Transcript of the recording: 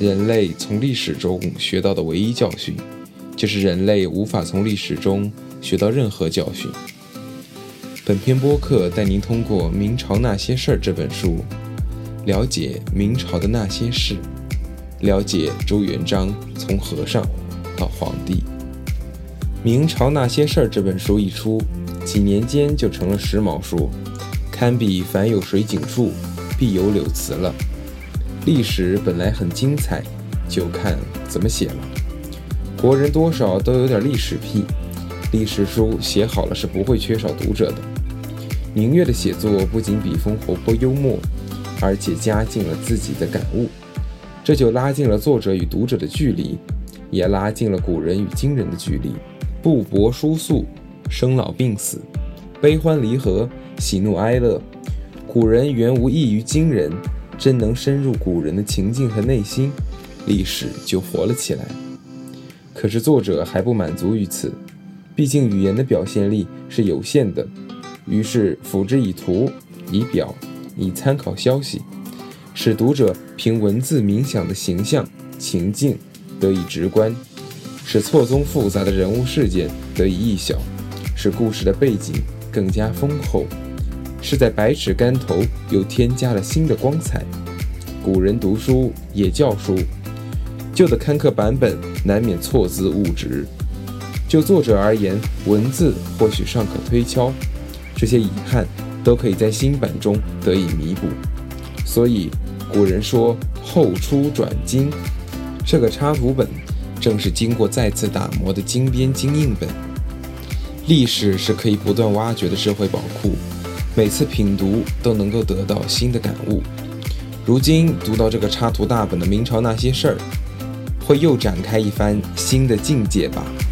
人类从历史中学到的唯一教训，就是人类无法从历史中学到任何教训。本篇播客带您通过《明朝那些事儿》这本书，了解明朝的那些事，了解朱元璋从和尚到皇帝。《明朝那些事儿》这本书一出，几年间就成了时髦书，堪比凡有水井树，必有柳词了。历史本来很精彩，就看怎么写了。国人多少都有点历史癖，历史书写好了是不会缺少读者的。明月的写作不仅笔锋活泼幽默，而且加进了自己的感悟，这就拉近了作者与读者的距离，也拉近了古人与今人的距离。布帛书宿，生老病死，悲欢离合，喜怒哀乐，古人原无异于今人，真能深入古人的情境和内心，历史就活了起来。可是作者还不满足于此，毕竟语言的表现力是有限的，于是辅之以图、以表、以参考消息，使读者凭文字冥想的形象、情境得以直观，使错综复杂的人物事件得以易晓，使故事的背景更加丰厚，是在百尺竿头又添加了新的光彩。古人读书也叫书，旧的刊刻版本难免错字误植，就作者而言，文字或许尚可推敲，这些遗憾都可以在新版中得以弥补。所以古人说后出转精，这个插图本正是经过再次打磨的精编精印本。历史是可以不断挖掘的智慧宝库，每次品读都能够得到新的感悟。如今读到这个插图大本的明朝那些事儿，会又展开一番新的境界吧。